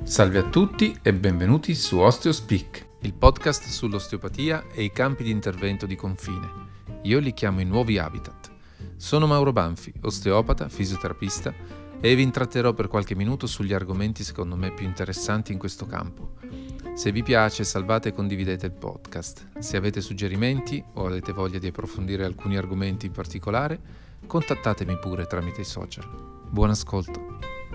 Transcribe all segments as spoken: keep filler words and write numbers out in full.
Salve a tutti e benvenuti su OsteoSpeak, il podcast sull'osteopatia e i campi di intervento di confine. Io li chiamo i nuovi habitat. Sono Mauro Banfi, osteopata, fisioterapista, e vi intratterò per qualche minuto sugli argomenti secondo me più interessanti in questo campo. Se vi piace, salvate e condividete il podcast. Se avete suggerimenti o avete voglia di approfondire alcuni argomenti in particolare, contattatemi pure tramite i social. Buon ascolto!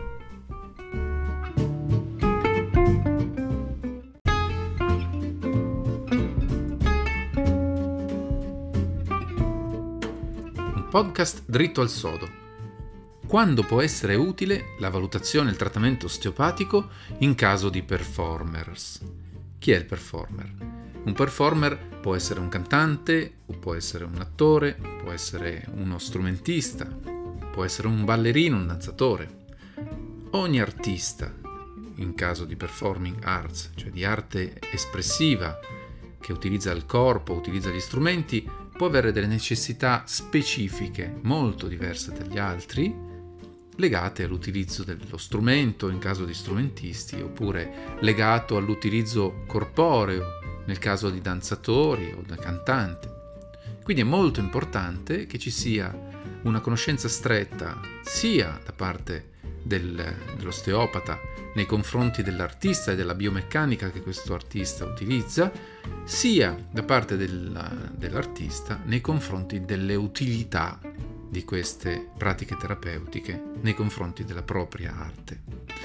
Podcast dritto al sodo. Quando può essere utile la valutazione e il trattamento osteopatico in caso di performers? Chi è il performer? Un performer può essere un cantante, o può essere un attore, può essere uno strumentista, può essere un ballerino, un danzatore. Ogni artista, in caso di performing arts, cioè di arte espressiva, che utilizza il corpo, utilizza gli strumenti, può avere delle necessità specifiche molto diverse dagli altri, legate all'utilizzo dello strumento in caso di strumentisti, oppure legato all'utilizzo corporeo nel caso di danzatori o da cantanti. Quindi è molto importante che ci sia una conoscenza stretta sia da parte del, dell'osteopata nei confronti dell'artista e della biomeccanica che questo artista utilizza, sia da parte della, dell'artista nei confronti delle utilità di queste pratiche terapeutiche nei confronti della propria arte.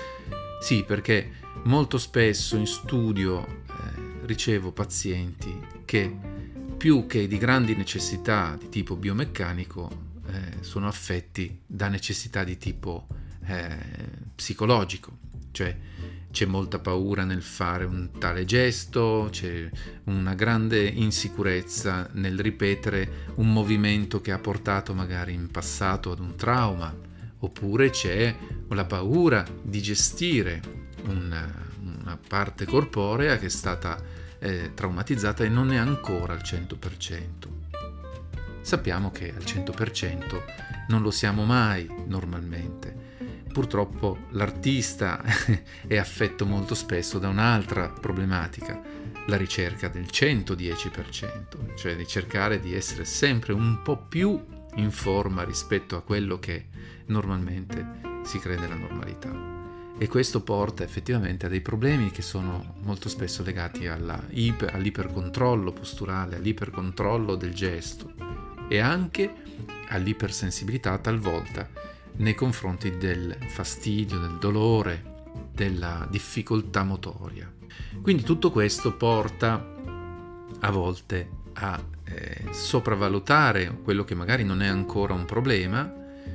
Sì, perché molto spesso in studio eh, ricevo pazienti che più che di grandi necessità di tipo biomeccanico eh, sono affetti da necessità di tipo eh, psicologico. Cioè c'è molta paura nel fare un tale gesto, c'è una grande insicurezza nel ripetere un movimento che ha portato magari in passato ad un trauma, oppure c'è la paura di gestire una, una parte corporea che è stata eh, traumatizzata e non è ancora al cento per cento. Sappiamo che al cento per cento non lo siamo mai normalmente. Purtroppo l'artista è affetto molto spesso da un'altra problematica, la ricerca del centodieci per cento, cioè di cercare di essere sempre un po' più in forma rispetto a quello che normalmente si crede la normalità. E questo porta effettivamente a dei problemi che sono molto spesso legati alla iper, all'ipercontrollo posturale, all'ipercontrollo del gesto e anche all'ipersensibilità talvolta nei confronti del fastidio, del dolore, della difficoltà motoria. Quindi tutto questo porta a volte a eh, sopravvalutare quello che magari non è ancora un problema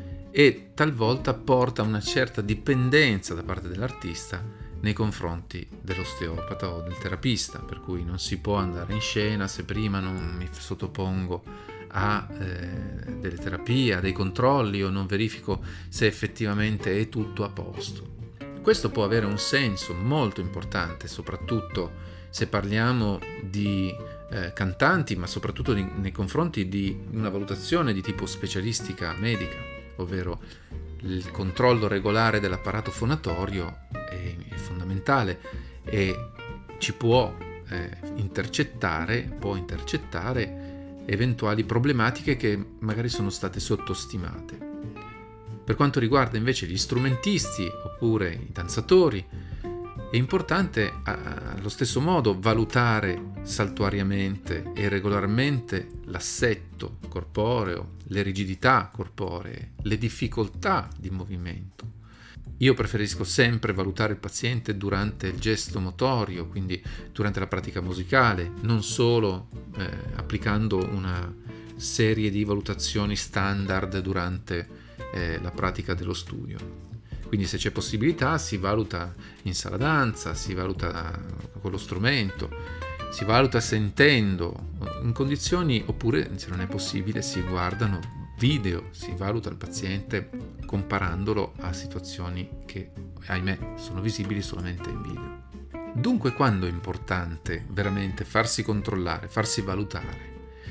e talvolta porta a una certa dipendenza da parte dell'artista nei confronti dell'osteopata o del terapista, per cui non si può andare in scena se prima non mi sottopongo a eh, delle terapie, a dei controlli o non verifico se effettivamente è tutto a posto. Questo può avere un senso molto importante, soprattutto se parliamo di eh, cantanti, ma soprattutto di, nei confronti di una valutazione di tipo specialistica medica, ovvero il controllo regolare dell'apparato fonatorio è, è fondamentale e ci può eh, intercettare, può intercettare eventuali problematiche che magari sono state sottostimate. Per quanto riguarda invece gli strumentisti oppure i danzatori, è importante allo stesso modo valutare saltuariamente e regolarmente l'assetto corporeo, le rigidità corporee, le difficoltà di movimento. Io preferisco sempre valutare il paziente durante il gesto motorio, quindi durante la pratica musicale, non solo eh, applicando una serie di valutazioni standard durante eh, la pratica dello studio. Quindi se c'è possibilità si valuta in sala danza, si valuta con lo strumento, si valuta sentendo in condizioni, oppure se non è possibile si guardano video, si valuta il paziente comparandolo a situazioni che, ahimè, sono visibili solamente in video. Dunque, quando è importante veramente farsi controllare, farsi valutare?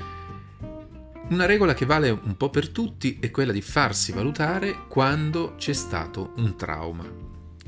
Una regola che vale un po' per tutti è quella di farsi valutare quando c'è stato un trauma.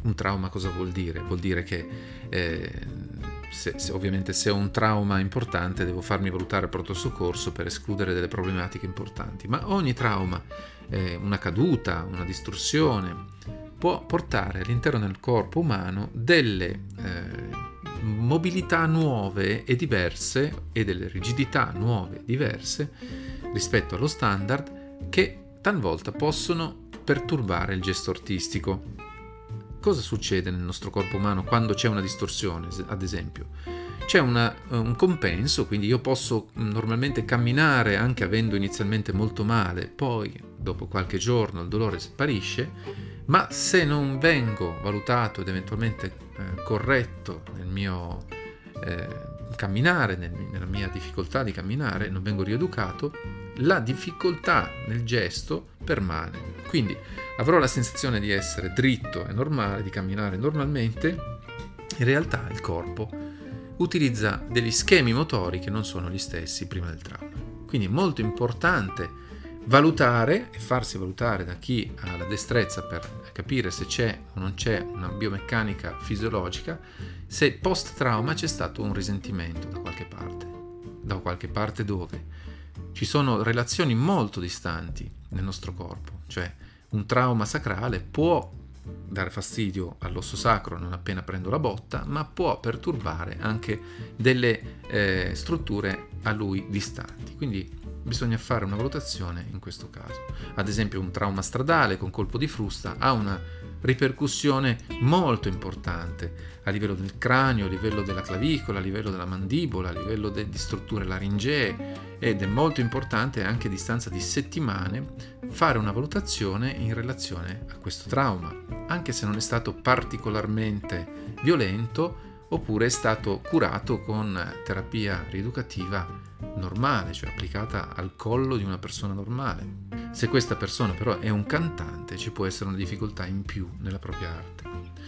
Un trauma cosa vuol dire? Vuol dire che eh, se, se, ovviamente se ho un trauma importante devo farmi valutare il pronto soccorso per escludere delle problematiche importanti, ma ogni trauma, eh, una caduta, una distorsione, può portare all'interno del corpo umano delle eh, mobilità nuove e diverse e delle rigidità nuove e diverse rispetto allo standard, che talvolta possono perturbare il gesto artistico. Cosa succede nel nostro corpo umano quando c'è una distorsione, ad esempio? C'è una, un compenso, quindi io posso normalmente camminare anche avendo inizialmente molto male, poi dopo qualche giorno il dolore sparisce, ma se non vengo valutato ed eventualmente eh, corretto nel mio eh, camminare, nel, nella mia difficoltà di camminare, non vengo rieducato, la difficoltà nel gesto permane. Quindi avrò la sensazione di essere dritto e normale, di camminare normalmente, in realtà il corpo utilizza degli schemi motori che non sono gli stessi prima del trauma. Quindi è molto importante valutare e farsi valutare da chi ha la destrezza per capire se c'è o non c'è una biomeccanica fisiologica, se post trauma c'è stato un risentimento da qualche parte, da qualche parte dove ci sono relazioni molto distanti nel nostro corpo, cioè un trauma sacrale può dare fastidio all'osso sacro non appena prendo la botta, ma può perturbare anche delle eh, strutture a lui distanti. Quindi bisogna fare una valutazione in questo caso. Ad esempio un trauma stradale con colpo di frusta ha una ripercussione molto importante a livello del cranio, a livello della clavicola, a livello della mandibola, a livello de- di strutture laringee, ed è molto importante anche a distanza di settimane fare una valutazione in relazione a questo trauma, anche se non è stato particolarmente violento oppure è stato curato con terapia rieducativa normale, cioè applicata al collo di una persona normale. Se questa persona però è un cantante, ci può essere una difficoltà in più nella propria arte.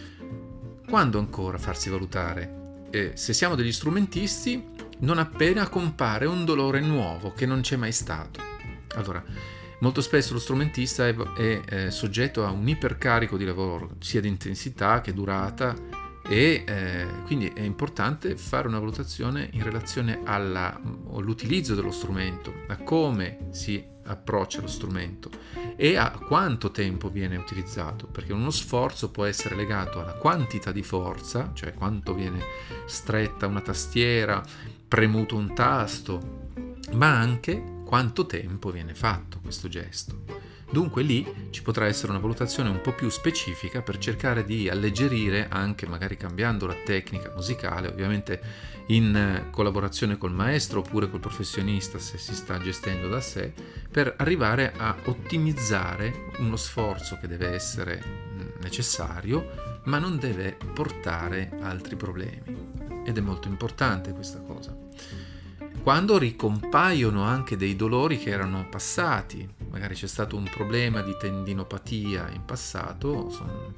Quando ancora farsi valutare? Eh, se siamo degli strumentisti, non appena compare un dolore nuovo che non c'è mai stato. Allora, molto spesso lo strumentista è, è, è soggetto a un ipercarico di lavoro, sia di intensità che durata, e eh, quindi è importante fare una valutazione in relazione alla, all'utilizzo dello strumento, a come si approccia lo strumento e a quanto tempo viene utilizzato, perché uno sforzo può essere legato alla quantità di forza, cioè quanto viene stretta una tastiera, premuto un tasto, ma anche quanto tempo viene fatto questo gesto. Dunque lì ci potrà essere una valutazione un po' più specifica per cercare di alleggerire, anche magari cambiando la tecnica musicale, ovviamente in collaborazione col maestro oppure col professionista se si sta gestendo da sé, per arrivare a ottimizzare uno sforzo che deve essere necessario ma non deve portare altri problemi. Ed è molto importante questa cosa. Quando ricompaiono anche dei dolori che erano passati, magari c'è stato un problema di tendinopatia in passato,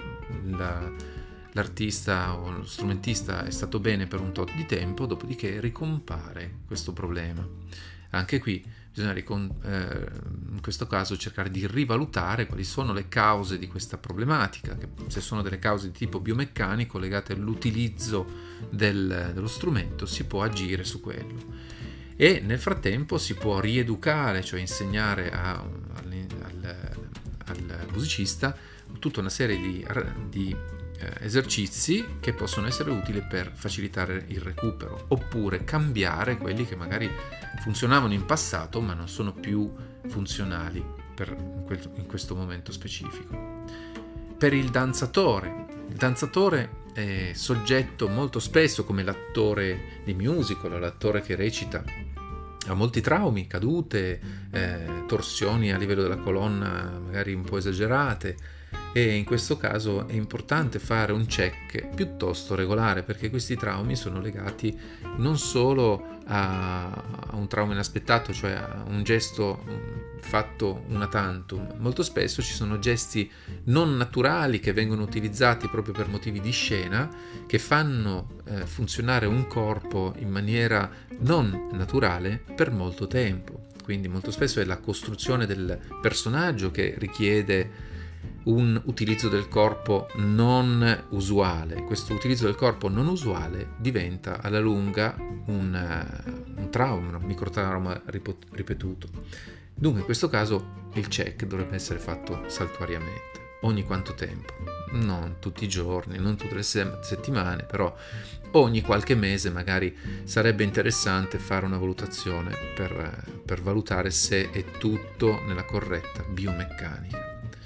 la, l'artista o lo strumentista è stato bene per un tot di tempo, dopodiché ricompare questo problema. Anche qui bisogna ricon- eh, in questo caso cercare di rivalutare quali sono le cause di questa problematica, che se sono delle cause di tipo biomeccanico legate all'utilizzo del, dello strumento si può agire su quello. E nel frattempo si può rieducare, cioè insegnare a, al, al, al musicista tutta una serie di, di eh, esercizi che possono essere utili per facilitare il recupero, oppure cambiare quelli che magari funzionavano in passato ma non sono più funzionali per in, quel, in questo momento specifico. Per il danzatore, il danzatore è soggetto molto spesso, come l'attore di musical, l'attore che recita, a molti traumi, cadute, eh, torsioni a livello della colonna magari un po' esagerate, e in questo caso è importante fare un check piuttosto regolare, perché questi traumi sono legati non solo a, a un trauma inaspettato, cioè a un gesto fatto una tantum. Molto spesso ci sono gesti non naturali che vengono utilizzati proprio per motivi di scena, che fanno eh, funzionare un corpo in maniera non naturale per molto tempo. Quindi molto spesso è la costruzione del personaggio che richiede un utilizzo del corpo non usuale. Questo utilizzo del corpo non usuale diventa alla lunga un, un trauma, un microtrauma ripetuto. Dunque in questo caso il check dovrebbe essere fatto saltuariamente. Ogni quanto tempo? Non tutti i giorni, non tutte le settimane, però ogni qualche mese magari sarebbe interessante fare una valutazione per, per valutare se è tutto nella corretta biomeccanica.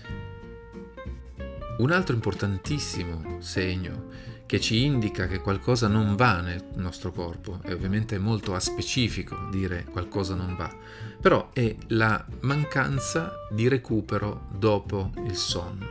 Un altro importantissimo segno che ci indica che qualcosa non va nel nostro corpo, e ovviamente è molto aspecifico dire qualcosa non va, però è la mancanza di recupero dopo il sonno.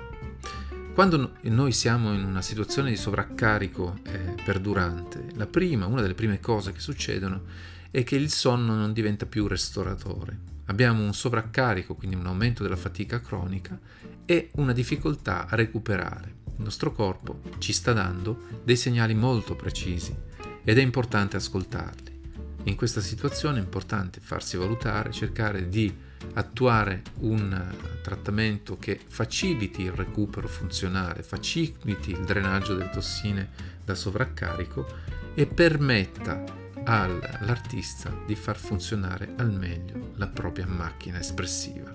Quando noi siamo in una situazione di sovraccarico eh, perdurante, la prima, una delle prime cose che succedono è che il sonno non diventa più restoratore. Abbiamo un sovraccarico, quindi un aumento della fatica cronica e una difficoltà a recuperare. Il nostro corpo ci sta dando dei segnali molto precisi ed è importante ascoltarli. In questa situazione è importante farsi valutare, cercare di attuare un trattamento che faciliti il recupero funzionale, faciliti il drenaggio delle tossine da sovraccarico e permetta all'artista di far funzionare al meglio la propria macchina espressiva.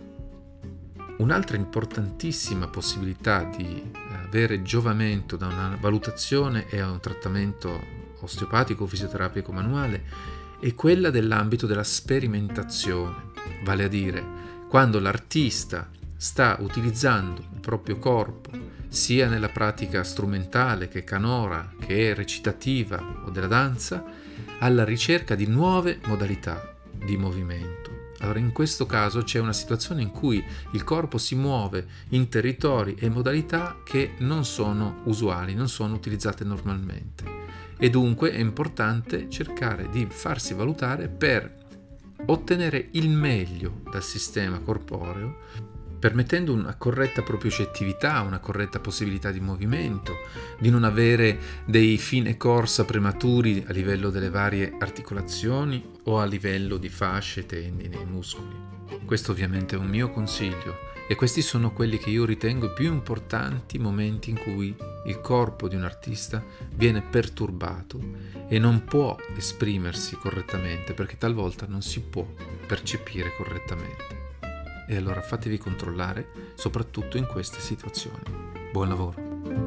Un'altra importantissima possibilità di avere giovamento da una valutazione e a un trattamento osteopatico o fisioterapico manuale è quella dell'ambito della sperimentazione, vale a dire quando l'artista sta utilizzando il proprio corpo sia nella pratica strumentale che canora, che è recitativa o della danza, alla ricerca di nuove modalità di movimento. Allora in questo caso c'è una situazione in cui il corpo si muove in territori e modalità che non sono usuali, non sono utilizzate normalmente e dunque è importante cercare di farsi valutare per ottenere il meglio dal sistema corporeo, permettendo una corretta propriocettività, una corretta possibilità di movimento, di non avere dei fine corsa prematuri a livello delle varie articolazioni o a livello di fasce, tendini e muscoli. Questo ovviamente è un mio consiglio e questi sono quelli che io ritengo i più importanti momenti in cui il corpo di un artista viene perturbato e non può esprimersi correttamente perché talvolta non si può percepire correttamente. E allora fatevi controllare, soprattutto in queste situazioni. Buon lavoro!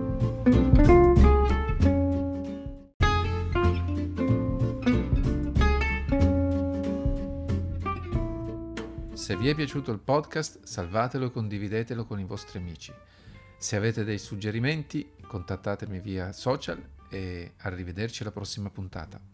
Se vi è piaciuto il podcast, salvatelo e condividetelo con i vostri amici. Se avete dei suggerimenti, contattatemi via social e arrivederci alla prossima puntata.